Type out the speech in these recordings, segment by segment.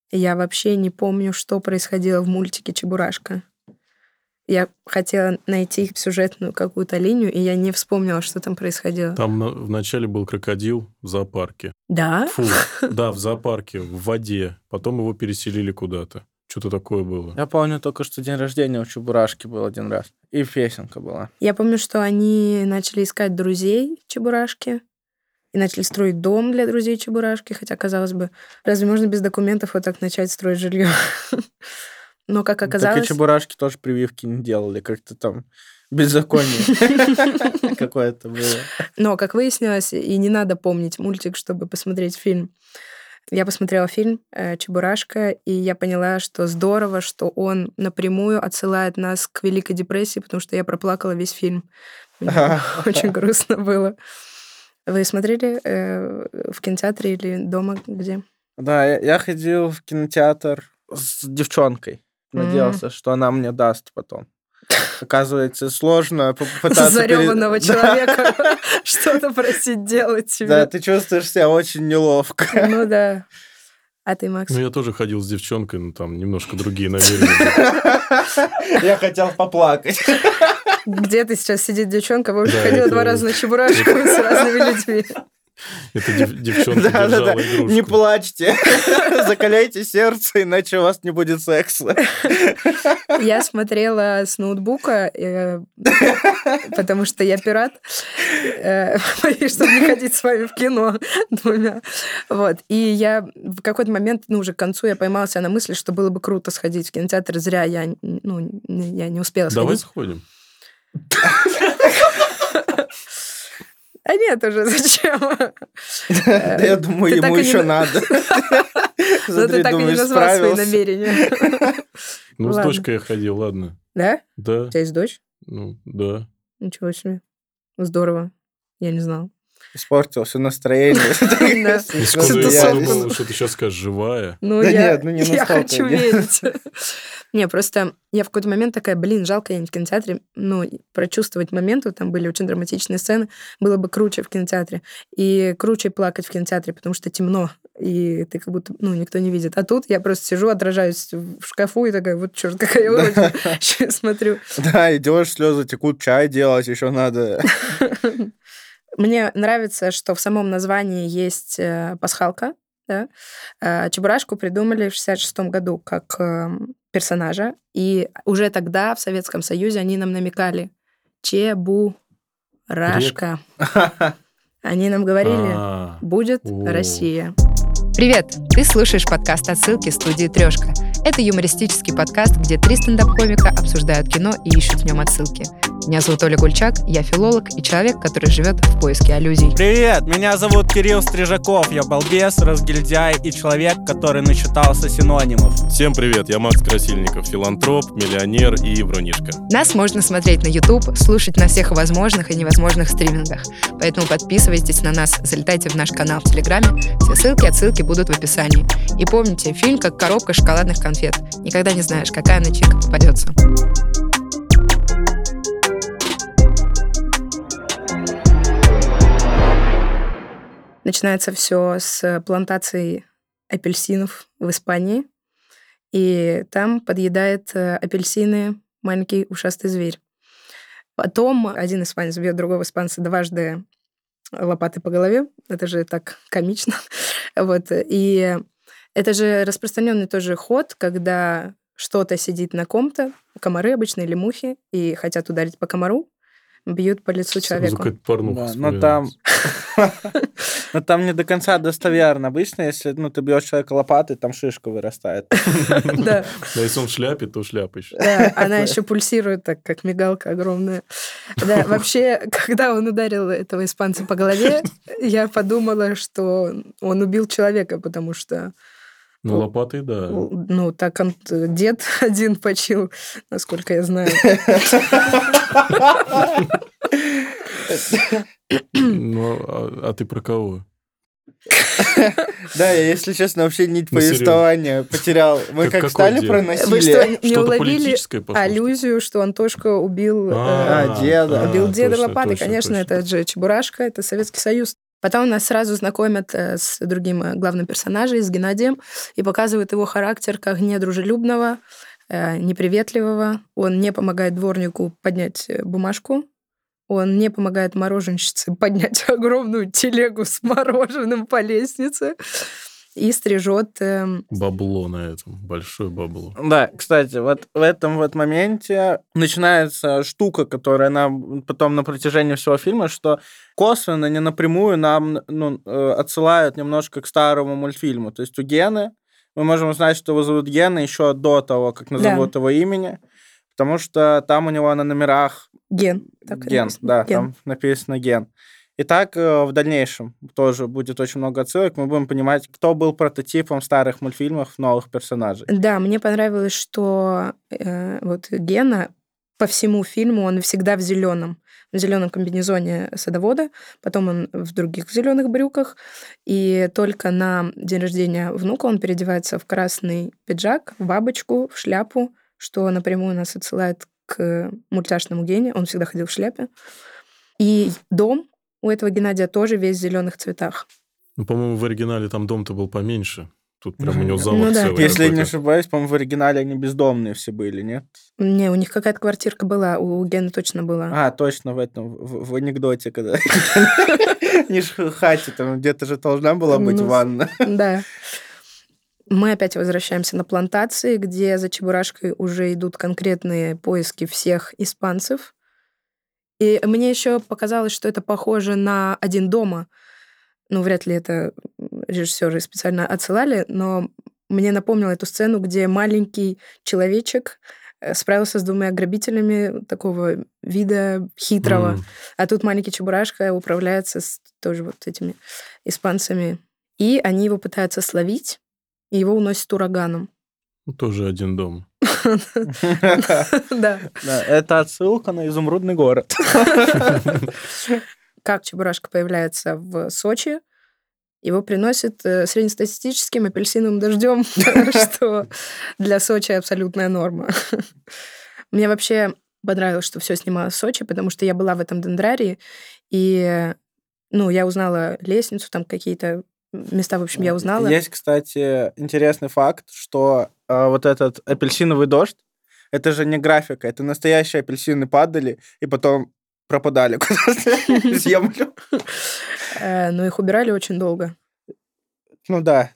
Я вообще не помню, что происходило в мультике «Чебурашка». Я хотела найти сюжетную какую-то линию, и я не вспомнила, что там происходило. Там вначале был крокодил в зоопарке. Да? Фу, да, в зоопарке, в воде. Потом его переселили куда-то. Что-то такое было. Я помню только, что день рождения у Чебурашки был один раз. И песенка была. Я помню, что они начали искать друзей Чебурашки и начали строить дом для друзей Чебурашки, хотя, казалось бы, разве можно без документов вот так начать строить жилье? Но, как оказалось... Так и Чебурашки тоже прививки не делали, как-то там беззаконие какое-то было. Но, как выяснилось, и не надо помнить мультик, чтобы посмотреть фильм. Я посмотрела фильм «Чебурашка», и я поняла, что здорово, что он напрямую отсылает нас к Великой депрессии, потому что я проплакала весь фильм. Мне очень грустно было. Вы смотрели в кинотеатре или дома где? Да, я ходил в кинотеатр с девчонкой. Надеялся, что она мне даст потом. Оказывается, сложно попытаться... Зарёбанного человека что-то просить делать тебе. Да, ты чувствуешь себя очень неловко. Ну да. А ты, Макс? Ну, я тоже ходил с девчонкой, но там немножко другие намерения. Я хотел поплакать. Где ты сейчас сидит девчонка? Вы уже ходила 2 раза на Чебурашку с разными людьми. Это девчонка держала игрушку. Не плачьте. Закаляйте сердце, иначе у вас не будет секса. Я смотрела с ноутбука, потому что я пират, чтобы не ходить с вами в кино двумя. Вот. И я в какой-то момент, уже к концу, я поймала себя на мысли, что было бы круто сходить в кинотеатр. Зря я не успела сходить. Давай сходим. А нет уже, зачем? Я думаю, ему еще надо. Но ты так и не назвал свои намерения. Ну, с дочкой я ходил, ладно. Да? Да. У тебя есть дочь? Ну, да. Ничего себе. Здорово. Я не знала. Испортил все настроение. Я думал, что ты сейчас скажешь живая. Ну, я хочу верить. Не, просто я в какой-то момент такая, жалко, я не в кинотеатре. Прочувствовать моменты, там были очень драматичные сцены, было бы круче в кинотеатре. И круче плакать в кинотеатре, потому что темно, и ты как будто, никто не видит. А тут я просто сижу, отражаюсь в шкафу, и такая, вот черт, какая я уродина. Смотрю. Да, идешь, слезы текут, чай делать еще надо. Мне нравится, что в самом названии есть пасхалка. Да? Чебурашку придумали в 1966 году как персонажа, и уже тогда в Советском Союзе они нам намекали Чебурашка. Они нам говорили, будет Россия. Привет! Ты слушаешь подкаст «Отсылки» студии «Трёшка». Это юмористический подкаст, где 3 стендап-комика обсуждают кино и ищут в нем отсылки. Меня зовут Оля Гульчак, я филолог и человек, который живет в поиске аллюзий. Привет! Меня зовут Кирилл Стрижаков. Я балбес, разгильдяй и человек, который начитался синонимов. Всем привет, я Макс Красильников, филантроп, миллионер и врунишка. Нас можно смотреть на YouTube, слушать на всех возможных и невозможных стримингах. Поэтому подписывайтесь на нас, залетайте в наш канал в Телеграме. Все отсылки будут в описании. И помните, фильм как коробка шоколадных конфет. Никогда не знаешь, какая начинка попадется. Начинается все с плантации апельсинов в Испании. И там подъедает апельсины маленький ушастый зверь. Потом один испанец бьет другого испанца 2 лопатой по голове. Это же так комично. Вот. И это же распространенный тоже ход, когда что-то сидит на ком-то, комары обычно или мухи, и хотят ударить по комару, бьют по лицу человеку. Да, но там не до конца достоверно. Обычно, если ты бьешь человека лопатой, там шишка вырастает. Да. Но если он в шляпе, то шляпа еще. Да, она еще пульсирует так, как мигалка огромная. Да, вообще, когда он ударил этого испанца по голове, я подумала, что он убил человека, потому что... Ну, лопатой, да. Ну, так он, дед один почил, насколько я знаю. Ну, а ты про кого? Да, я, если честно, вообще нить повествования потерял. Мы как стали про насилие. Вы что, не уловили аллюзию, что Антошка убил деда? Убил деда лопатой. Конечно, это же Чебурашка, это Советский Союз. Потом нас сразу знакомят с другим главным персонажем, с Геннадием, и показывают его характер как недружелюбного, неприветливого. Он не помогает дворнику поднять бумажку. Он не помогает мороженщице поднять огромную телегу с мороженым по лестнице и стрижет... Бабло на этом, большое бабло. Да, кстати, вот в этом вот моменте начинается штука, которая нам потом на протяжении всего фильма, что косвенно, не напрямую нам отсылают немножко к старому мультфильму. То есть у Гены мы можем узнать, что его зовут Гена еще до того, как назовут его имени, потому что там у него на номерах... Ген. Ген, да, Ген. Там написано Ген. И так в дальнейшем тоже будет очень много отсылок. Мы будем понимать, кто был прототипом старых мультфильмов новых персонажей. Да, мне понравилось, что вот Гена по всему фильму, он всегда в зеленом комбинезоне садовода, потом он в других зеленых брюках, и только на день рождения внука он переодевается в красный пиджак, в бабочку, в шляпу, что напрямую нас отсылает к мультяшному Гене. Он всегда ходил в шляпе. И дом у этого Геннадия тоже весь в зеленых цветах. Ну, по-моему, в оригинале там дом-то был поменьше. Тут прям у него замок целый. Если я не ошибаюсь, по-моему, в оригинале они бездомные все были, нет? Не, у них какая-то квартирка была, у Гены точно была. А, точно, в анекдоте, когда... Не в хате, там где-то же должна была быть ванна. Да. Мы опять возвращаемся на плантации, где за Чебурашкой уже идут конкретные поиски всех испанцев. И мне еще показалось, что это похоже на «Один дома». Ну, вряд ли это режиссеры специально отсылали, но мне напомнило эту сцену, где маленький человечек справился с двумя грабителями такого вида хитрого. А тут маленький Чебурашка управляется с тоже вот этими испанцами. И они его пытаются словить, и его уносит ураганом. Тоже «Один дом». Да. Это отсылка на «Изумрудный город». Как Чебурашка появляется в Сочи, его приносит среднестатистическим апельсиновым дождем, что для Сочи абсолютная норма. Мне вообще понравилось, что все снималось в Сочи, потому что я была в этом дендрарии, и я узнала лестницу, там какие-то места, в общем, я узнала. Есть, кстати, интересный факт, что вот этот апельсиновый дождь, это же не графика, это настоящие апельсины падали, и потом пропадали куда-то в землю. Но их убирали очень долго. Ну да.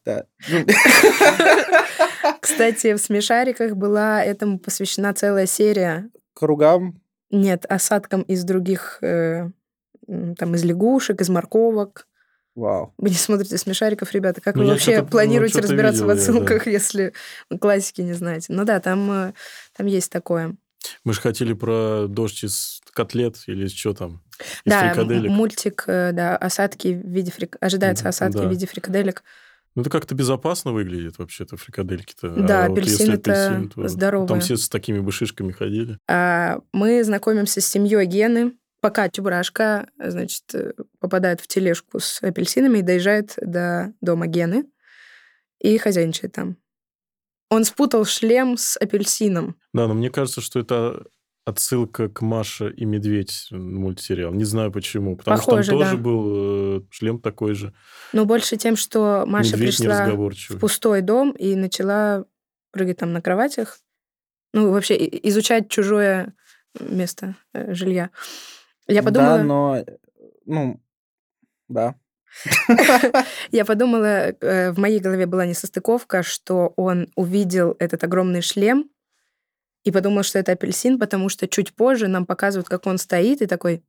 Кстати, в «Смешариках» была этому посвящена целая серия. Кругам? Нет, осадкам из других, там, из лягушек, из морковок. Вау. Вы не смотрите «Смешариков», ребята. Как вы вообще планируете разбираться в отсылках, если классики не знаете? Ну да, там есть такое. Мы же хотели про дождь из котлет или что там, из да, фрикаделек. Мультик, да, осадки в виде ожидаются осадки в виде фрикаделек. Ну, это как-то безопасно выглядит вообще-то, фрикадельки-то. Да, апельсины-то здоровые. Там все с такими бы шишками ходили. Мы знакомимся с семьей Гены, пока Чебурашка, значит, попадает в тележку с апельсинами и доезжает до дома Гены и хозяйничает там. Он спутал шлем с апельсином. Да, но мне кажется, что это отсылка к «Маша и медведь» мультсериал. Не знаю почему. Потому Похоже, что там тоже был шлем такой же. Но больше тем, что Маша пришла в пустой дом и начала прыгать там на кроватях. Ну, вообще изучать чужое место жилья. Я подумала... Да. Я подумала, в моей голове была несостыковка, что он увидел этот огромный шлем и подумал, что это апельсин, потому что чуть позже нам показывают, как он стоит и такой...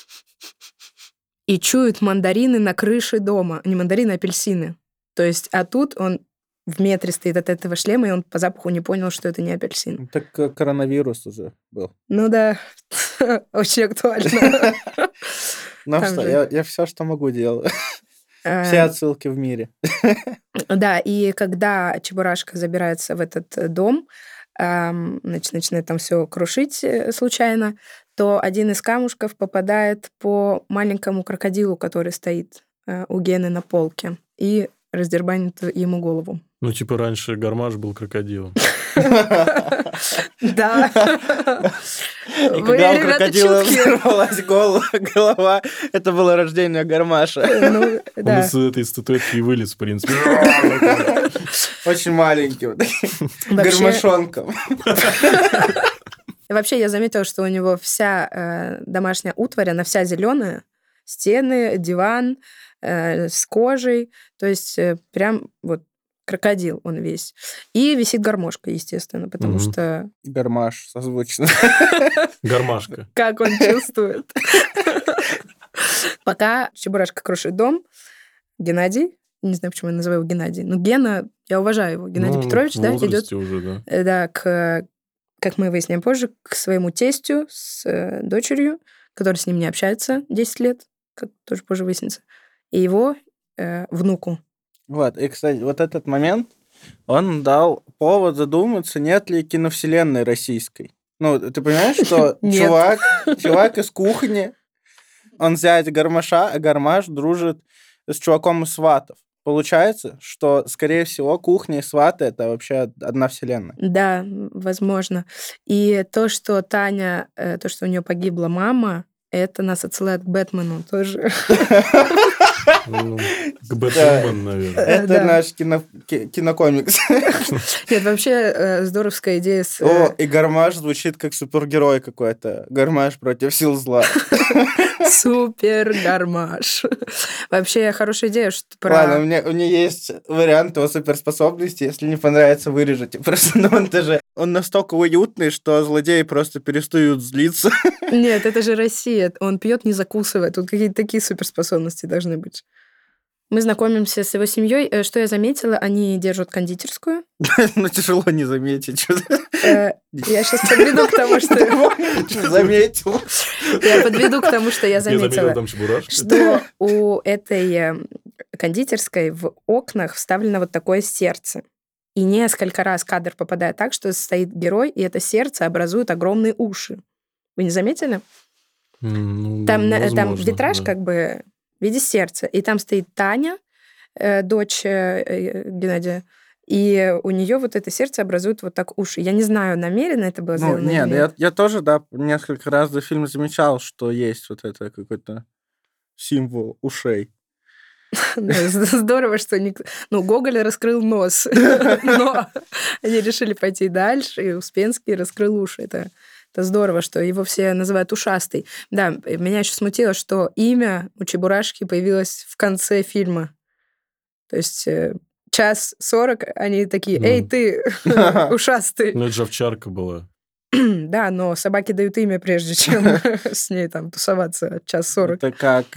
И чует мандарины на крыше дома. Не мандарины, а апельсины. То есть, а тут он в метре стоит от этого шлема, и он по запаху не понял, что это не апельсин. Так коронавирус уже был. Ну да, очень актуально. Ну что, я все, что могу, делаю. Все отсылки в мире. Да, и когда Чебурашка забирается в этот дом, начинает там все крушить случайно, то один из камушков попадает по маленькому крокодилу, который стоит у Гены на полке, и раздербанит ему голову. Ну, типа раньше Гармаш был крокодилом. Да. И Вы, когда у ребята, крокодила чуткие. взорвалась голова, это было рождение Гармаша. Ну, Он да. из этой статуэтки и вылез, в принципе. Очень маленький, вот таким Вообще- гармошонком. Вообще, я заметила, что у него вся домашняя утварь, она вся зеленая. Стены, диван с кожей. То есть прям вот крокодил он весь. И висит гармошка, естественно, потому Мгм. что Гармаш созвучно. Гармашка. как он чувствует. Пока Чебурашка крушит дом, Геннадий, не знаю, почему я называю его Геннадий, но Гена, я уважаю его, Геннадий Ну, Петрович, в да, идет, возрасте уже, да. да, как мы выясним позже, к своему тестю с дочерью, который с ним не общается 10 лет, как тоже позже выяснится, и его внуку. Вот, и, кстати, вот этот момент, он дал повод задуматься, нет ли киновселенной российской. Ну, ты понимаешь, что Нет. чувак из кухни, он зять Гармаша, а Гармаш дружит с чуваком из «Сватов». Получается, что, скорее всего, кухня и «Сваты» — это вообще одна вселенная. Да, возможно. И то, что Таня, то, что у нее погибла мама, это нас отсылает к Бэтмену тоже. Ну, к Бэтмен, наверное. Это Да. наш кинокомикс. Нет, вообще здоровская идея с... О, и Гармаш звучит как супергерой какой-то. Гармаш против сил зла. Супер гармаш. Вообще хорошая идея, что про... Ладно, у меня есть вариант его суперспособности. Если не понравится, вырежете. Просто, ну, он настолько уютный, что злодеи просто перестают злиться. Нет, это же Россия. Он пьет, не закусывая. Тут какие-то такие суперспособности должны быть. Мы знакомимся с его семьей. Что я заметила, они держат кондитерскую. Ну, тяжело не заметить. Я сейчас подведу к тому, что... Заметил. Я подведу к тому, что я Я заметил заметила. там Чебурашку. Что у этой кондитерской в окнах вставлено вот такое сердце. И несколько раз кадр попадает так, что стоит герой, и это сердце образует огромные уши. Вы не заметили? Ну, Там возможно, витраж да. как бы в виде сердца. И там стоит Таня, дочь Геннадия, и у нее вот это сердце образует вот так уши. Я не знаю, намеренно это было Ну, сделано или нет, нет. я тоже, да, несколько раз за фильм замечал, что есть вот это какой-то символ ушей. Да, здорово, что Гоголь раскрыл нос, но они решили пойти дальше, и Успенский раскрыл уши. Это здорово, что его все называют ушастый. Да, меня еще смутило, что имя у Чебурашки появилось в конце фильма. То есть 1:40 они такие: «Эй, ты, ушастый!» Ну, это же овчарка была. Да, но собаки дают имя, прежде чем с ней там тусоваться 1:40. Это как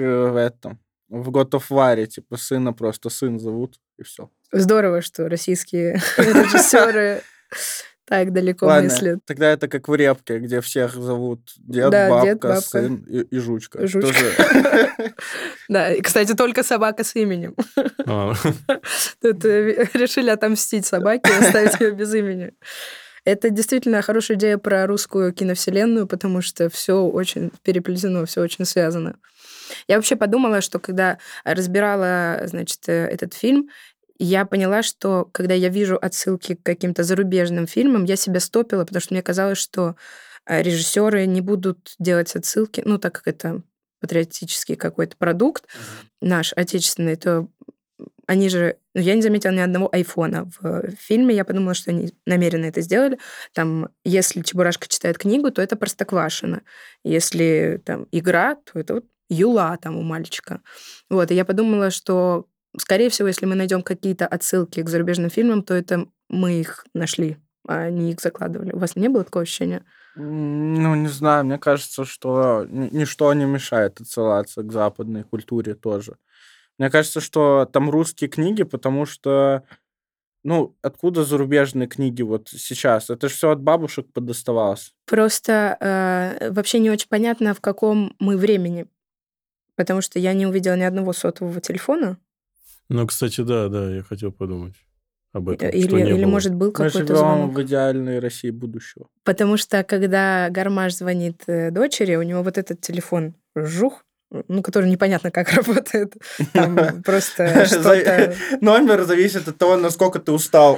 в God of War, типа сына просто сын зовут, и все. Здорово, что российские режиссеры так далеко мыслят. Тогда это как в Репке, где всех зовут дед, Да, бабка, дед, бабка. сын и жучка. Жучка. Тоже. Да, и, кстати, только собака с именем. А, Тут решили отомстить собаке и оставить ее без имени. Это действительно хорошая идея про русскую киновселенную, потому что все очень переплетено, все очень связано. Я вообще подумала, что когда разбирала, значит, этот фильм, я поняла, что когда я вижу отсылки к каким-то зарубежным фильмам, я себя стопила, потому что мне казалось, что режиссеры не будут делать отсылки, ну, так как это патриотический какой-то продукт наш, отечественный, то они же... Я не заметила ни одного айфона в фильме. Я подумала, что они намеренно это сделали. Там, если Чебурашка читает книгу, то это Простоквашино. Если там игра, то это вот Юла там у мальчика. Вот, и я подумала, что, скорее всего, если мы найдем какие-то отсылки к зарубежным фильмам, то это мы их нашли, а они их закладывали. У вас не было такого ощущения? Ну, не знаю, мне кажется, что ничто не мешает отсылаться к западной культуре тоже. Мне кажется, что там русские книги, потому что, ну, откуда зарубежные книги вот сейчас? Это же все от бабушек подоставалось. Просто вообще не очень понятно, в каком мы времени. Потому что я не увидела ни одного сотового телефона. ну, кстати, да, я хотел подумать об этом. что не Или было. может, был Мы какой-то живем звонок. в идеальной России будущего. Потому что, когда Гармаш звонит дочери, у него вот этот телефон жух, который непонятно как работает. Там просто что-то... Номер зависит от того, насколько ты устал.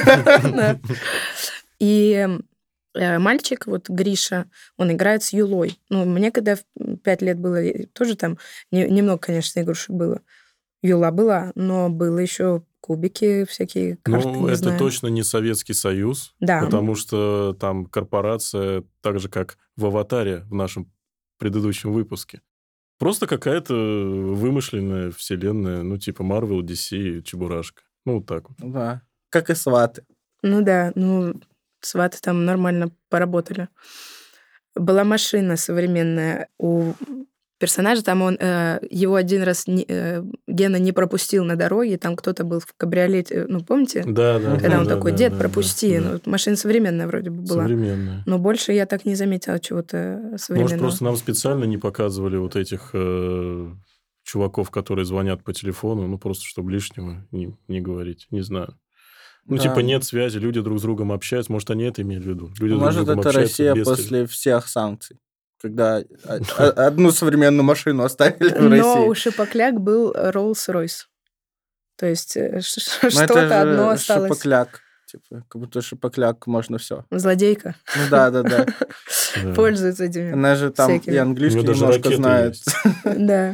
И мальчик, вот Гриша, он играет с Юлой. Мне когда 5 лет было, тоже там немного, конечно, игрушек было. Юла была, но было еще кубики всякие, карты, не это знаю. точно не Советский Союз, Да. потому что там корпорация, так же, как в «Аватаре» в нашем предыдущем выпуске. Просто какая-то вымышленная вселенная, типа Marvel, DC, Чебурашка. Вот так вот. Да, как и «Сваты». Сваты там нормально поработали. Была машина современная у персонажа, там его один раз Гена не пропустил на дороге, там кто-то был в кабриолете, помните? Да. Когда он такой, дед, пропусти. Да. Машина современная вроде бы была. Современная. Но больше я так не заметила чего-то современного. Может, просто нам специально не показывали вот этих чуваков, которые звонят по телефону, просто чтобы лишнего не говорить. Не знаю. Нет связи, люди друг с другом общаются. Может, они это имели в виду? Люди Может, друг с другом это общаются Россия без после всех санкций, когда одну современную машину оставили в России. Но у Шипокляк был Rolls-Royce. То есть что-то это одно осталось. Шипокляк. Типа, как будто Шипокляк можно все. Zлодейка. Да. Пользуется этими. Она же там всякими. и английский У неё даже немножко ракеты знает. есть. Да.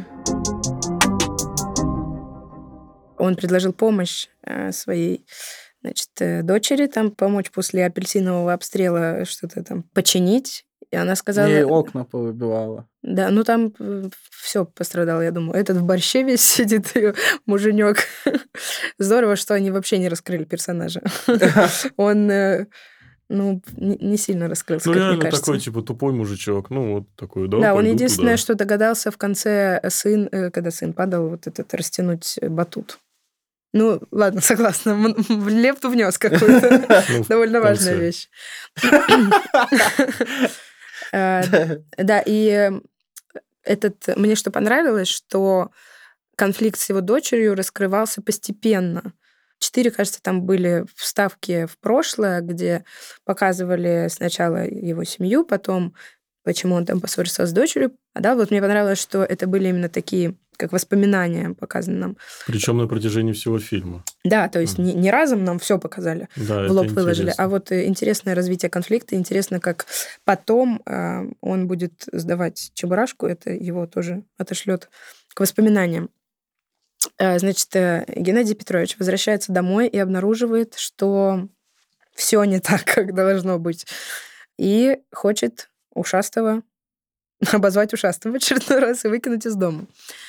Он предложил помощь своей, дочери там помочь после апельсинового обстрела что-то там починить. И она сказала... Ей окна повыбивала. Да, там все пострадало, я думаю. Этот в борще весь сидит, ее муженек. Здорово, что они вообще не раскрыли персонажа. Он, не сильно раскрылся, как мне реально кажется. такой, типа, тупой мужичок. Такой, Да, он пойду единственное, туда. что догадался в конце когда сын падал, вот этот растянуть батут. Ладно, согласна. В лепту внес какую-то. Довольно важная вещь. Да, и мне что понравилось, что конфликт с его дочерью раскрывался постепенно. 4, кажется, там были вставки в прошлое, где показывали сначала его семью, потом почему он там поссорился с дочерью. Мне понравилось, что это были именно такие, как воспоминания показаны нам. Причем на протяжении всего фильма. Да, то есть не разом нам все показали, в лоб выложили, а интересное развитие конфликта, интересно, как потом он будет сдавать Чебурашку, это его тоже отошлет к воспоминаниям. Геннадий Петрович возвращается домой и обнаруживает, что все не так, как должно быть, и хочет обозвать ушастого в очередной раз и выкинуть из дома.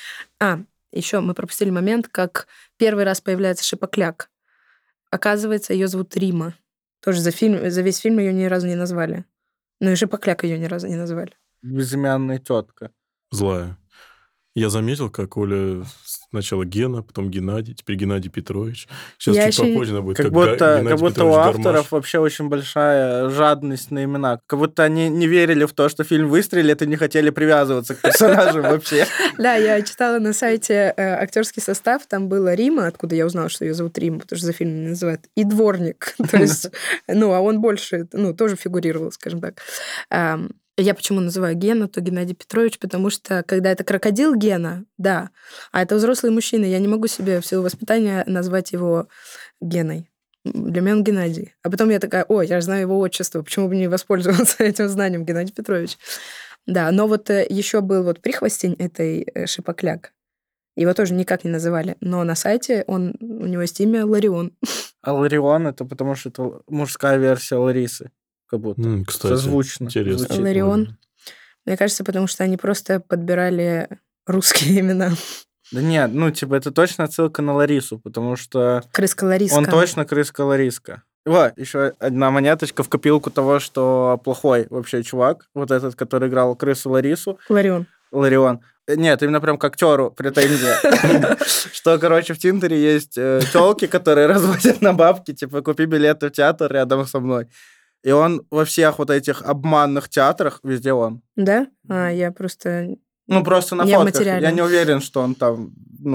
Еще мы пропустили момент, как первый раз появляется Шипокляк. Оказывается, ее зовут Рима. Тоже за весь фильм ее ни разу не назвали. И Шипокляк ее ни разу не назвали. Безымянная тетка. Злая. Я заметил, как Оля сначала Гена, потом Геннадий, теперь Геннадий Петрович. Сейчас чуть попозже она будет как будто у авторов вообще очень большая жадность на имена. Как будто они не верили в то, что фильм выстрелит, и не хотели привязываться к персонажам вообще. Да, я читала на сайте актерский состав, там была Рима, откуда я узнала, что ее зовут Рима, потому что за фильм называют, и дворник. То есть, а он больше, тоже фигурировал, скажем так. Я почему называю Гена, то Геннадий Петрович, потому что когда это крокодил Гена, да, а это взрослый мужчина, я не могу себе в силу воспитания назвать его Геной. Для меня он Геннадий. А потом я такая, я же знаю его отчество, почему бы не воспользоваться этим знанием, Геннадий Петрович. Да, но еще был прихвостень этой Шипокляк. Его тоже никак не называли, но на сайте у него есть имя Ларион. А Ларион — это потому что это мужская версия Ларисы. Как будто. Кстати, созвучно. Интересно. Ларион. Мне кажется, потому что они просто подбирали русские имена. Да нет, это точно отсылка на Ларису, потому что... Крыска Лариска. Он точно крыска Лариска. Еще одна монеточка в копилку того, что плохой вообще чувак, вот этот, который играл крысу Ларису. Ларион. Нет, именно прям к актеру претензия. Что, в Тиндере есть тёлки, которые разводят на бабки, типа, купи билеты в театр рядом со мной. И он во всех этих обманных театрах, везде он. Да? Я просто... просто на фотках. Я не уверен, что он там,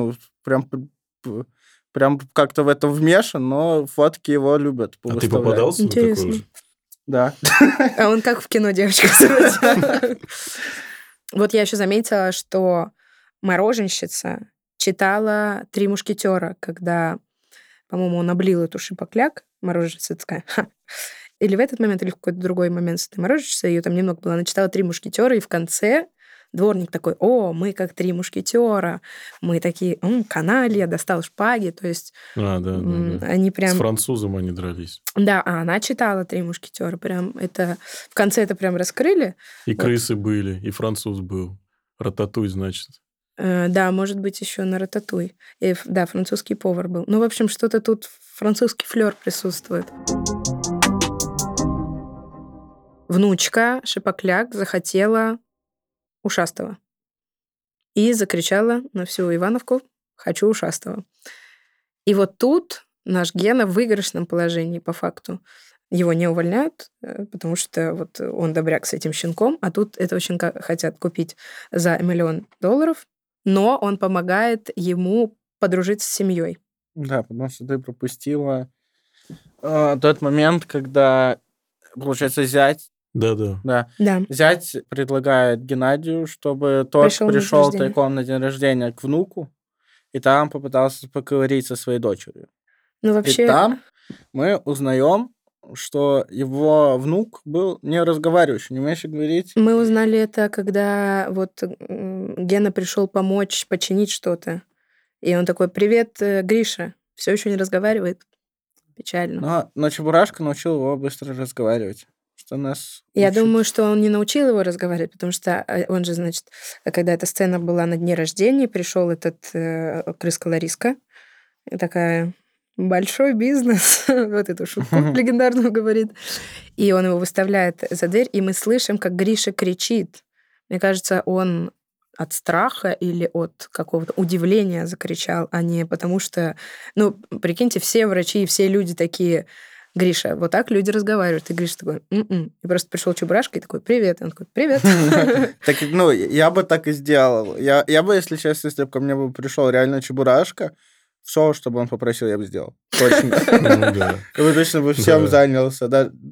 прям как-то в этом вмешан, но фотки его любят. А ты попадался на такой же? Да. А он как в кино девочка. Я еще заметила, что мороженщица читала «Три мушкетера», когда, по-моему, он облил эту шипокляк, мороженщица такая, ха. Или в этот момент, или в какой-то другой момент с этой мороженщицей, ее там немного было, она читала «Три мушкетера», и в конце дворник такой: «О, мы как три мушкетера», мы такие: «Каналья», достал шпаги, то есть они прям... С французом они дрались. Да, она читала «Три мушкетера», прям это... В конце это прям раскрыли. И крысы были, и француз был. Рататуй, значит. Да, может быть, еще на рататуй. И, да, французский повар был. Ну, в общем, что-то тут французский флёр присутствует. Внучка Шипокляк захотела ушастого. И закричала на всю Ивановку: «Хочу ушастого». И вот тут наш Гена в выигрышном положении по факту. Его не увольняют, потому что вот он добряк с этим щенком, а тут этого щенка хотят купить за $1 миллион, но он помогает ему подружиться с семьей. Да, потому что ты пропустила тот момент, когда, получается, зять... Да. Зять предлагает Геннадию, чтобы тот пришел тайком на день рождения к внуку, и там попытался поговорить со своей дочерью. Ну, вообще... И там мы узнаем, что его внук был не разговаривающий, не умеющий говорить. Мы узнали это, когда вот Гена пришел помочь починить что-то. И он такой: «Привет, Гриша». Все еще не разговаривает. Печально. Но Чебурашка научил его быстро разговаривать. Что нас Я думаю, что он не научил его разговаривать, потому что он же, значит, когда эта сцена была на дне рождения, пришел этот крыска Лариска, и такая: «Большой бизнес», вот эту шутку легендарную говорит, и он его выставляет за дверь, и мы слышим, как Гриша кричит. Мне кажется, он от страха или от какого-то удивления закричал, а не потому что... Ну, прикиньте, все врачи и все люди такие: «Гриша, вот так люди разговаривают». И Гриша такой: И просто пришел Чебурашка и такой: «Привет». И он такой: «Привет». Так, я бы так и сделал. Я бы, если честно, если бы ко мне пришел реально Чебурашка, все, что бы он попросил, я бы сделал. Точно. Я бы точно бы всем занялся.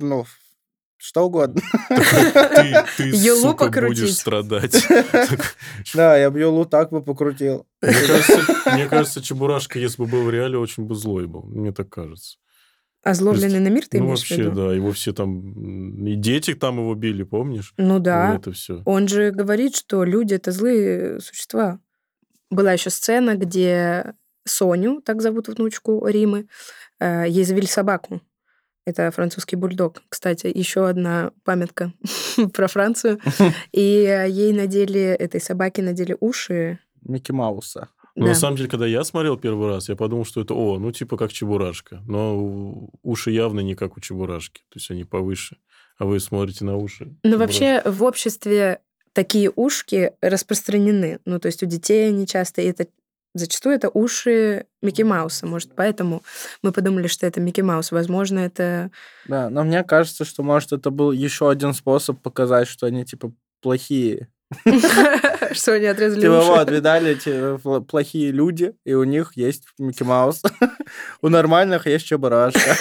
Что угодно. Ты, сука, будешь страдать. Да, я бы Юлу так бы покрутил. Мне кажется, Чебурашка, если бы был в реале, очень бы злой был. Мне так кажется. Озлобленный на мир, ты имеешь в виду? Вообще, да. Его все там... И дети там его били, помнишь? Ну да. Это все. Он же говорит, что люди — это злые существа. Была еще сцена, где Соню, так зовут внучку Римы, ей завели собаку. Это французский бульдог. Кстати, еще одна памятка про Францию. И этой собаке надели уши. Микки Мауса. Но на самом деле, когда я смотрел первый раз, я подумал, что это, типа как Чебурашка. Но уши явно не как у Чебурашки. То есть они повыше. А вы смотрите на уши. Ну, вообще, в обществе такие ушки распространены. Ну, то есть у детей они часто... Зачастую это уши Микки Мауса. Может, поэтому мы подумали, что это Микки Маус. Возможно, это... Да, но мне кажется, что, может, это был еще один способ показать, что они, типа, плохие. Что они отрезали уши. Вот, видали плохие люди, и у них есть Микки Маус. У нормальных есть Чебурашка.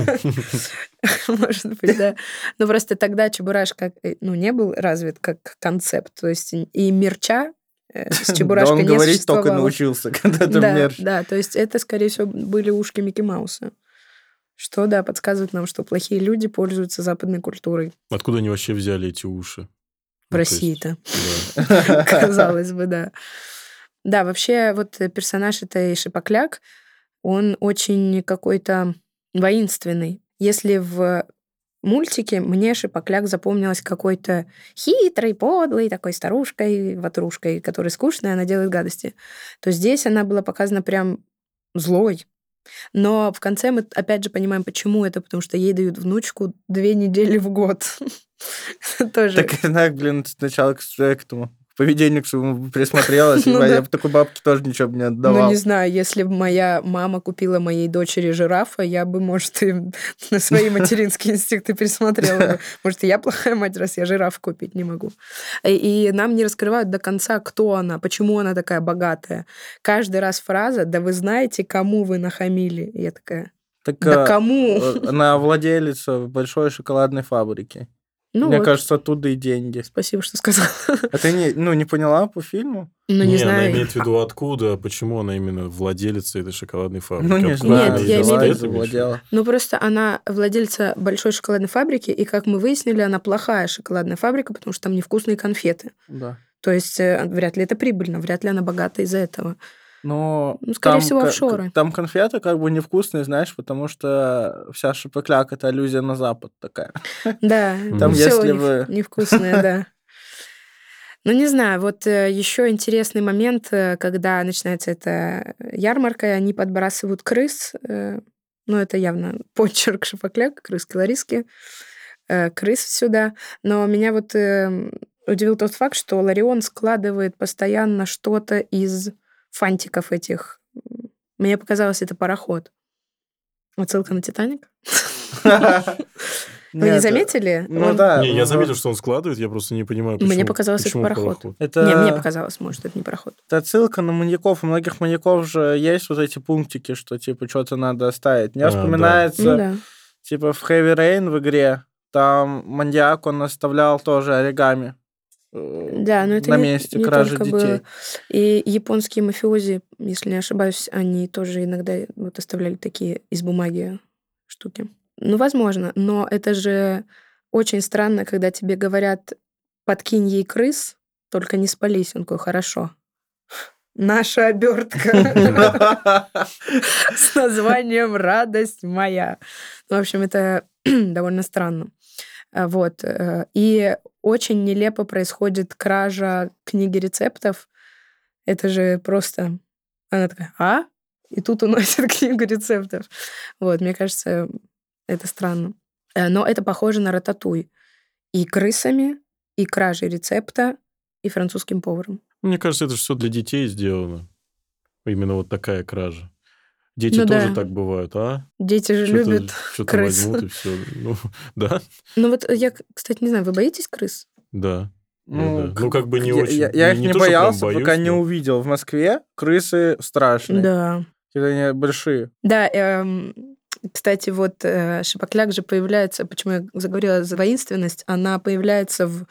Может быть, да. Но просто тогда Чебурашка, не был развит как концепт. То есть и мерча с Чебурашкой не существовало. Да, он говорить только научился, когда там мерч. Да, то есть это, скорее всего, были ушки Микки Мауса. Что, да, подсказывает нам, что плохие люди пользуются западной культурой. Откуда они вообще взяли эти уши? В России-то. Казалось бы, да. Да, вообще, вот персонаж этой Шипокляк, он очень какой-то воинственный. Если в мультике мне Шипокляк запомнилась какой-то хитрой, подлой, такой старушкой, ватрушкой, которая скучная, она делает гадости, то здесь она была показана прям злой. Но в конце мы опять же понимаем, почему это, потому что ей дают внучку 2 недели в год. Тоже. Так, сначала к этому поведению к своему присмотрелась, я бы такой бабке тоже ничего бы не отдавал. Ну, не знаю, если бы моя мама купила моей дочери жирафа, я бы, может, и на свои материнские инстинкты присмотрела бы. Может, и я плохая мать, раз я жирафа купить не могу. И нам не раскрывают до конца, кто она, почему она такая богатая. Каждый раз фраза: «Да вы знаете, кому вы нахамили?» И я такая: да кому? Она владелица большой шоколадной фабрики. Ну Мне вот. кажется, оттуда и деньги. Спасибо, что сказал. А ты не поняла по фильму? Ну, не она знаю. имеет в виду откуда, почему она именно владелица этой шоколадной фабрики. Ну, не Откуда знаю, она Нет, я взяла имею в это, виду, имеешь в виду? владела. Ну, просто она владельца большой шоколадной фабрики, и, как мы выяснили, она плохая шоколадная фабрика, потому что там невкусные конфеты. Да. То есть вряд ли это прибыльно, вряд ли она богата из-за этого. Но Ну, скорее там всего, офшоры. Там конфеты как бы невкусные, знаешь, потому что вся шапокляк — это аллюзия на Запад такая. Да, Там, все если вы- невкусное, да. Ну, не знаю, вот еще интересный момент, когда начинается эта ярмарка, и они подбрасывают крыс. Ну, это явно почерк Шапокляка, крыски-лариски, крыс сюда. Но меня вот удивил тот факт, что Ларион складывает постоянно что-то из фантиков этих. Мне показалось, это пароход. Отсылка на «Титаник». Вы не Нет, заметили? Ну Он- да. Не, я заметил, что он складывает, я просто не понимаю, почему. Мне показалось, это почему пароход. Не, мне Это показалось, может, это не пароход. это отсылка на маньяков. У многих маньяков же есть вот эти пунктики, что типа что-то надо оставить. Мне Да. вспоминается, Ну да. типа в Heavy Rain в игре, там маньяк, он оставлял тоже оригами Да, но это на не- месте не кражи только детей. было. И японские мафиози, если не ошибаюсь, они тоже иногда вот оставляли такие из бумаги штуки. Ну, возможно, но это же очень странно, когда тебе говорят, подкинь ей крыс, только не спались. Он такой, хорошо. Наша обертка с названием «Радость моя». Ну, в общем, это довольно странно. Вот. И очень нелепо происходит кража книги рецептов. Это же просто... Она такая, а? И тут уносит книгу рецептов. Вот, мне кажется, это странно. Но это похоже на рататуй. И крысами, и кражей рецепта, и французским поваром. Мне кажется, это все для детей сделано. Именно вот такая кража. Дети Ну тоже да. так бывают, а? Дети же любят Что-то крыс. возьмут и все. Ну, да, Ну вот я, кстати, не знаю, вы боитесь крыс? да. Ну, Ну, как бы не очень. Я их не то, что прям боялся, боюсь, пока не но- увидел. В Москве крысы страшные. Да. Когда они большие. Да, кстати, вот Шапокляк же появляется, почему я заговорила за воинственность, она появляется в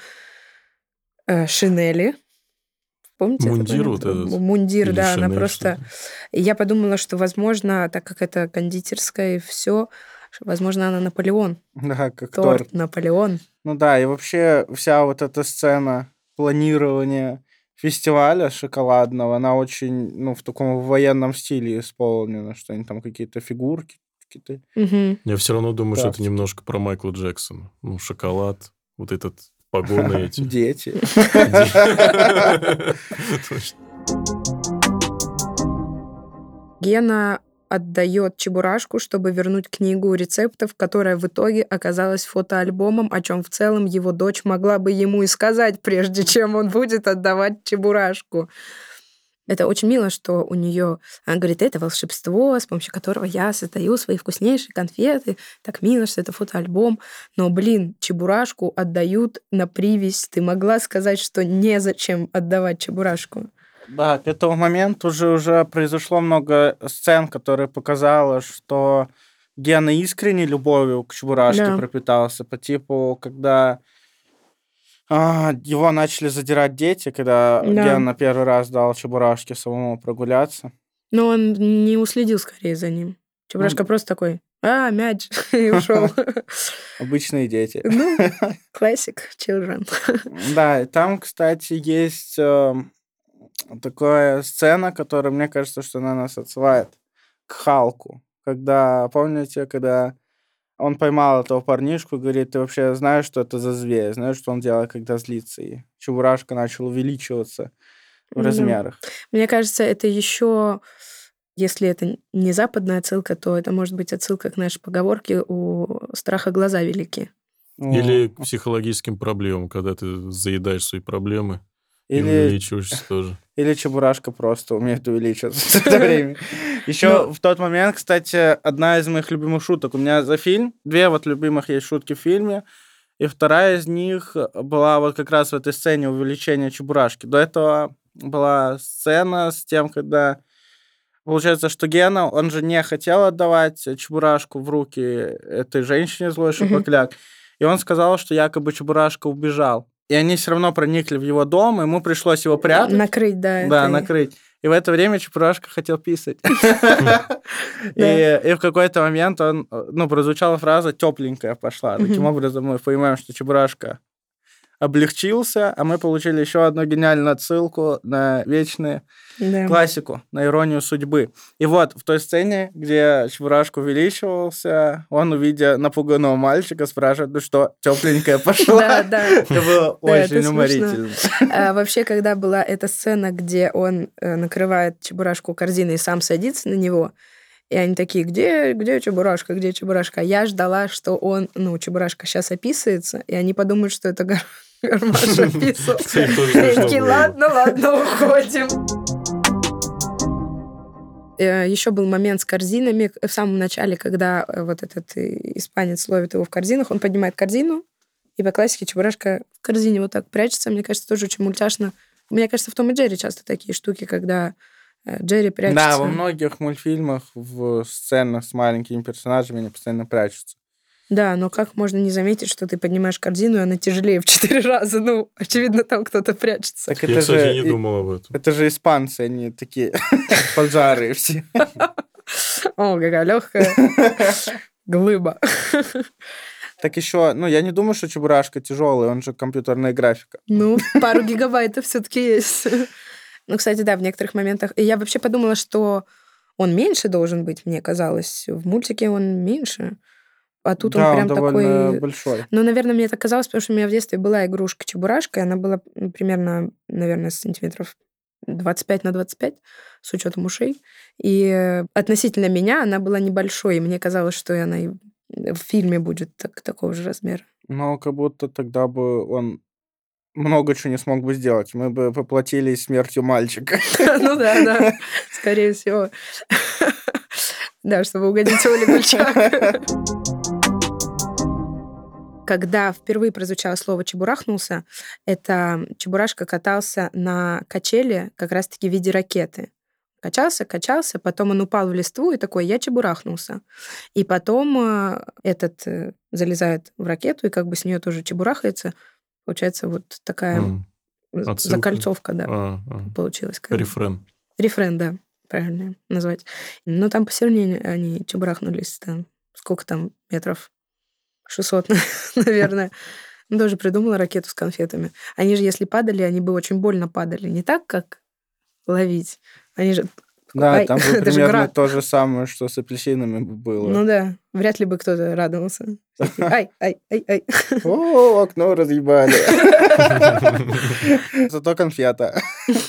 шинели. Помните? этот Мундир момент? вот этот. Мундир, Или да, она шинель, просто... что-то. И я подумала, что, возможно, так как это кондитерская и все, возможно, она Наполеон. Да, как Торт торт. Наполеон. Ну да, и вообще вся вот эта сцена планирования фестиваля шоколадного, она очень, ну, в таком военном стиле исполнена, что они там какие-то фигурки, какие-то... Мгм. Я все равно думаю, что это Тактики. немножко про Майкла Джексона. Ну, шоколад, вот этот погоны эти. Дети. Точно. Гена отдает Чебурашку, чтобы вернуть книгу рецептов, которая в итоге оказалась фотоальбомом, о чем в целом его дочь могла бы ему и сказать, прежде чем он будет отдавать Чебурашку. Это очень мило, что у нее, она говорит, это волшебство, с помощью которого я создаю свои вкуснейшие конфеты. Так мило, что это фотоальбом. Но, блин, Чебурашку отдают на привязь. Ты могла сказать, что незачем отдавать Чебурашку? Да, к этому моменту уже произошло много сцен, которые показало, что Гена искренней любовью к Чебурашке Да. пропитался. По типу, когда его начали задирать дети, когда Да. Гена первый раз дал Чебурашке самому прогуляться. Но он не уследил скорее за ним. Чебурашка просто такой, мяч, и ушел. Обычные дети. Ну, classic children. Да, и там, кстати, есть такая сцена, которая, мне кажется, что она нас отсылает к Халку. Когда, помните, когда он поймал этого парнишку и говорит, ты вообще знаешь, что это за зверь? Знаешь, что он делает, когда злится? И Чебурашка начал увеличиваться в Мгм. размерах. Мне кажется, это еще, если это не западная отсылка, то это может быть отсылка к нашей поговорке «у страха глаза велики». Или к психологическим проблемам, когда ты заедаешь свои проблемы и Или, увеличиваешься тоже. или Чебурашка просто умеет увеличиваться в это время. Еще в тот момент, кстати, одна из моих любимых шуток. У меня за фильм 2 вот любимых есть шутки в фильме. И вторая из них была вот как раз в этой сцене увеличения Чебурашки. До этого была сцена с тем, когда получается, что Гена, он же не хотел отдавать Чебурашку в руки этой женщине, злой Шапокляк. и он сказал, что якобы Чебурашка убежал. И они все равно проникли в его дом, ему пришлось его прятать. Накрыть, да. Да, накрыть. И в это время Чебурашка хотел писать. И в какой-то момент прозвучала фраза «тепленькая пошла». Таким образом мы понимаем, что Чебурашка облегчился, а мы получили еще одну гениальную отсылку на вечную классику, на иронию судьбы. И вот в той сцене, где Чебурашка увеличивался, он, увидя напуганного мальчика, спрашивает, ну что, тепленькая пошла? Да. Это было очень уморительно. Вообще, когда была эта сцена, где он накрывает Чебурашку корзиной и сам садится на него, и они такие, где Чебурашка, где Чебурашка? Я ждала, что он, Чебурашка сейчас описывается, и они подумают, что это Гармаш описывался. Такие, ладно, уходим. Еще был момент с корзинами. В самом начале, когда вот этот испанец ловит его в корзинах, он поднимает корзину, и по классике Чебурашка в корзине вот так прячется. Мне кажется, тоже очень мультяшно. Мне кажется, в Том и Джерри часто такие штуки, когда Джерри прячется. Да, во многих мультфильмах в сценах с маленькими персонажами они постоянно прячутся. Да, но как можно не заметить, что ты поднимаешь корзину, и она тяжелее в 4 раза? Очевидно, там кто-то прячется. Так я, кстати, не думал об этом. Это же испанцы, они такие поджарые все. О, какая легкая глыба. Так еще, я не думаю, что Чебурашка тяжелый, он же компьютерная графика. Пару гигабайтов все-таки есть. Кстати, да, в некоторых моментах. И я вообще подумала, что он меньше должен быть, мне казалось. В мультике он меньше. А тут он прям такой... большой. Наверное, мне так казалось, потому что у меня в детстве была игрушка Чебурашка, и она была примерно, наверное, сантиметров 25 на 25, с учетом ушей. И относительно меня она была небольшой, и мне казалось, что она и в фильме будет такого же размера. Как будто тогда бы он много чего не смог бы сделать. Мы бы поплатились смертью мальчика. Да, скорее всего. Да, чтобы угодить Оле Гульчак. Когда впервые прозвучало слово «чебурахнулся», это Чебурашка катался на качели как раз-таки в виде ракеты. Качался, потом он упал в листву и такой, я чебурахнулся. И потом этот залезает в ракету и как бы с нее тоже чебурахается. Получается вот такая закольцовка, да, получилась. Рефрен, да, правильно назвать. Но там посильнее они чебурахнулись. Сколько там метров? 600, наверное. Тоже придумала ракету с конфетами. Они же, если падали, они бы очень больно падали. Не так, как ловить. Они же... Да, там бы примерно то же самое, что с апельсинами было. Да, вряд ли бы кто-то радовался. Ай. О, окно разъебали. Зато конфета.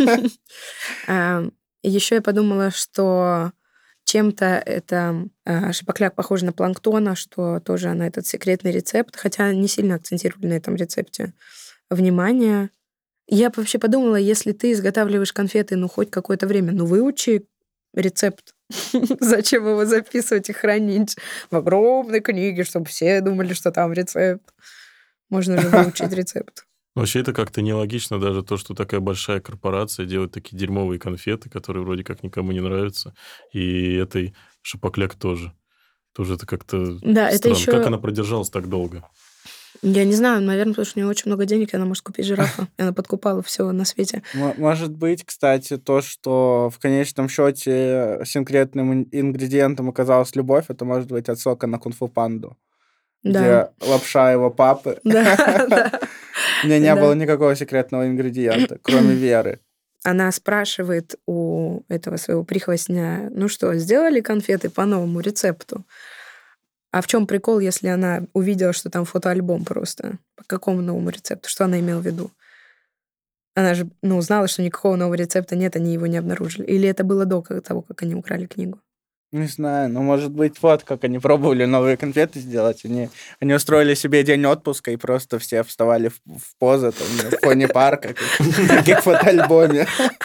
Еще я подумала, что чем-то это шипокляк похож на планктона, что тоже на этот секретный рецепт, хотя не сильно акцентировали на этом рецепте внимание. Я вообще подумала, если ты изготавливаешь конфеты, хоть какое-то время, выучи рецепт. Зачем его записывать и хранить в огромной книге, чтобы все думали, что там рецепт? Можно же выучить рецепт. Вообще это как-то нелогично, даже то, что такая большая корпорация делает такие дерьмовые конфеты, которые вроде как никому не нравятся, и этой Шапокляк тоже. Тоже это как-то странно. Это еще... Как она продержалась так долго? Я не знаю, наверное, потому что у нее очень много денег, и она может купить жирафа. И она подкупала все на свете. Может быть, кстати, то, что в конечном счете секретным ингредиентом оказалась любовь, это может быть отсылка на Кунг-фу Панду. Где лапша его папы. У меня не было никакого секретного ингредиента, кроме веры. Она спрашивает у этого своего прихвостня, сделали конфеты по новому рецепту? А в чем прикол, если она увидела, что там фотоальбом просто? По какому новому рецепту? Что она имела в виду? Она же, знала, что никакого нового рецепта нет, они его не обнаружили. Или это было до того, как они украли книгу? Не знаю, может быть, как они пробовали новые конфеты сделать. Они устроили себе день отпуска, и просто все вставали в позу в фоне парка, как в фотоальбоме.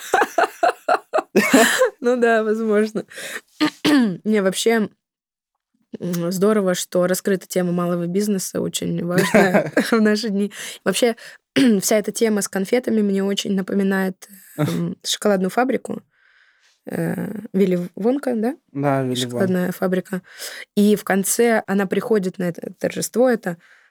Да, возможно. Не, вообще... Здорово, что раскрыта тема малого бизнеса, очень важная в наши дни. Вообще, вся эта тема с конфетами мне очень напоминает шоколадную фабрику. Вилли Вонка, да? Да, Вилли Вонка. Шоколадная фабрика. И в конце она приходит на это торжество,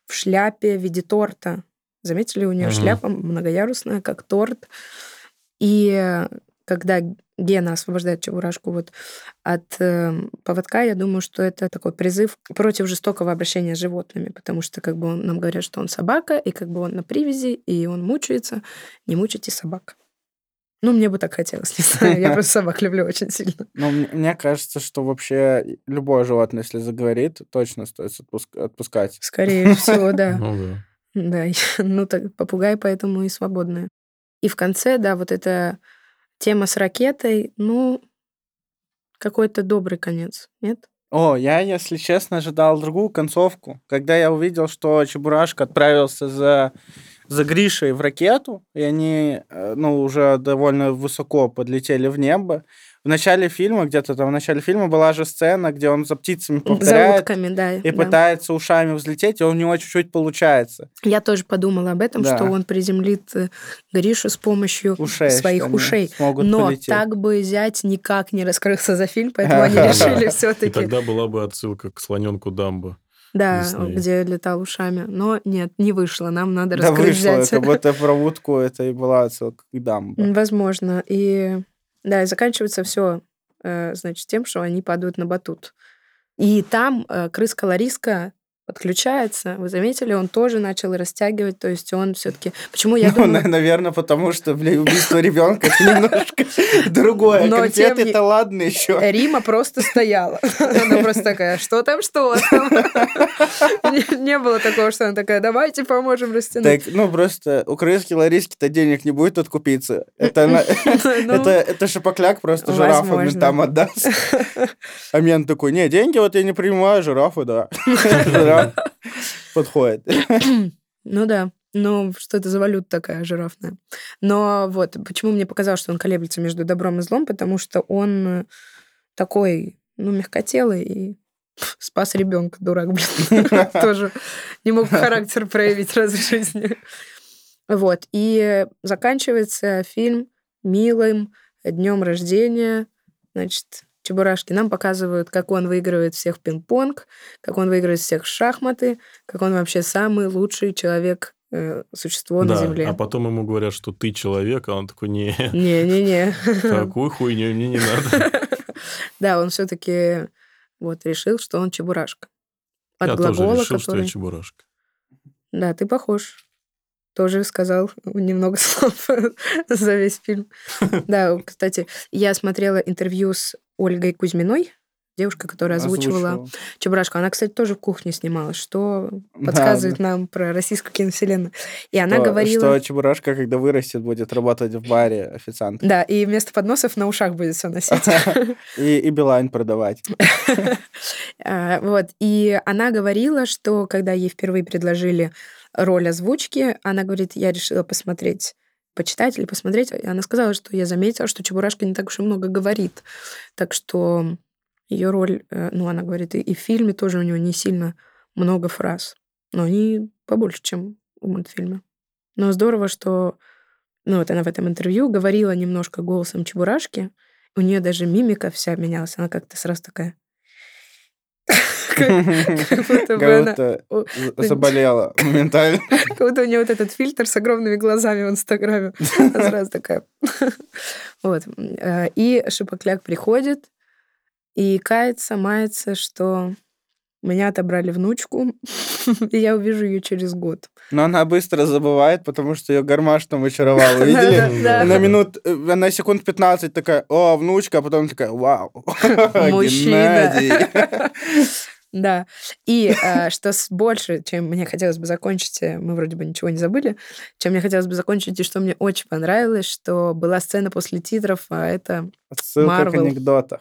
в шляпе в виде торта. Заметили, у нее шляпа многоярусная, как торт. И когда Гена освобождает Чебурашку вот от поводка, я думаю, что это такой призыв против жестокого обращения с животными, потому что как бы нам говорят, что он собака, и как бы он на привязи, и он мучается. Не мучайте собак. Ну, мне бы так хотелось, не знаю, я просто собак люблю очень сильно. Ну, мне кажется, что вообще любое животное, если заговорит, точно стоит отпускать. Скорее всего, да. Ну да. Да, ну так попугай поэтому и свободные. И в конце, да, вот эта тема с ракетой, ну, какой-то добрый конец, нет? О, я, если честно, ожидал другую концовку. Когда я увидел, что Чебурашка отправился за Гришей в ракету, и они, ну, уже довольно высоко подлетели в небо. В начале фильма, где-то там в начале фильма была же сцена, где он за птицами За повторяет утками, да. и пытается ушами взлететь, и у него чуть-чуть получается. Я тоже подумала об этом, Да. что он приземлит Гришу с помощью Ушей, своих что они ушей. смогут Но полететь. так бы зять никак не раскрылся за фильм, поэтому они решили И все-таки. тогда была бы отсылка к слоненку Дамбо. Да, Дисней. где летал ушами. Но нет, не вышло. Нам надо Да раскрыть вышло, зятя. как будто про утку это и была отсылка к Дамбо. Возможно. И да, и заканчивается все, значит, тем, что они падают на батут. И там крыска Лариска подключается. Вы заметили, он тоже начал растягивать, то есть он все-таки. Почему я Ну, думаю. наверное, потому что, убийство ребенка это немножко другое. Но Конфеты-то ладно еще. Рима просто стояла. Она просто такая, что там? Не было такого, что она такая, давайте поможем растянуть. Так, ну, просто у крыски Лариски-то денег не будет откупиться. Это шапокляк просто жирафа возможно. ментам отдаст. А мент такой, не, деньги вот я не принимаю, жирафы, да. Жираф подходит. Ну да. Ну, что это за валюта такая жирафная. Но вот, почему мне показалось, что он колеблется между добром и злом, потому что он такой, ну, мягкотелый и спас ребенка, дурак, блин. Тоже не мог характер проявить раз в жизни. Вот. И заканчивается фильм милым днем рождения. Значит, Чебурашки нам показывают, как он выигрывает всех в пинг-понг, как он выигрывает всех в шахматы, как он вообще самый лучший человек, существо на Земле. А потом ему говорят, что ты человек, а он такой, не, Не-не-не. такую хуйню мне не надо. Да, он все-таки вот решил, что он Чебурашка. От Я тоже глагола, решил, что я который... Чебурашка. Да, ты похож. Тоже сказал немного слов за весь фильм. Да, кстати, я смотрела интервью с Ольгой Кузьминой, девушка, которая озвучивала Чебурашку. Она, кстати, тоже в «Кухне» снималась, что подсказывает нам про российскую киновселенную. И она говорила... Что Чебурашка, когда вырастет, будет работать в баре официантом. Да, и вместо подносов на ушах будет все носить. И Билайн продавать. Вот. И она говорила, что когда ей впервые предложили роль озвучки, она говорит, я решила посмотреть, почитать или посмотреть. И она сказала, что я заметила, что Чебурашка не так уж и много говорит. Так что ее роль, ну, она говорит, и в фильме тоже у него не сильно много фраз. Но они побольше, чем в мультфильме. Но здорово, что... Ну, вот она в этом интервью говорила немножко голосом Чебурашки. У нее даже мимика вся менялась. Она как-то сразу такая... Как будто заболела моментально. Как будто у нее вот этот фильтр с огромными глазами в Инстаграме. Она сразу такая... Вот. И Шапокляк приходит и кается, мается, что меня отобрали внучку, и я увижу ее через год. Но она быстро забывает, потому что ее гармаш там очаровал. Видели? Она секунд 15 такая, о, внучка, а потом такая, вау, Геннадий. Да. И что больше, чем мне хотелось бы закончить, мы вроде бы ничего не забыли, чем мне хотелось бы закончить, и что мне очень понравилось, что была сцена после титров, а это отсылка к анекдоту.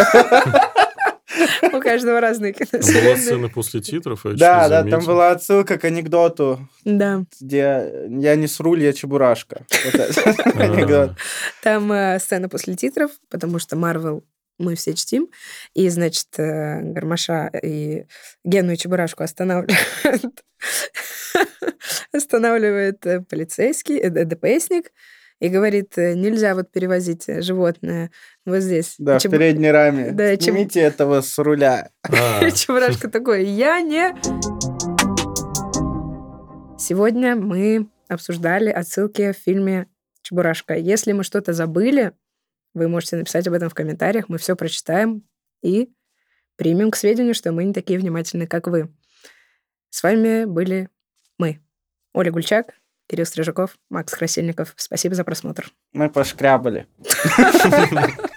У каждого разные киновселенные. Была сцена после титров? Да, там была отсылка к анекдоту, да, где я не сруль, я Чебурашка. Там сцена после титров, потому что Марвел мы все чтим, и, значит, Гармаша и Гену и Чебурашку останавливает полицейский, ДПСник, и говорит, нельзя вот перевозить животное вот здесь. Да, в передней раме. Да, снимите этого с руля. Чебурашка такой, я не... Сегодня мы обсуждали отсылки в фильме «Чебурашка». Если мы что-то забыли, вы можете написать об этом в комментариях, мы все прочитаем и примем к сведению, что мы не такие внимательные, как вы. С вами были мы, Оля Гульчак, Кирилл Стрижаков, Макс Красильников. Спасибо за просмотр. Мы пошкрябали.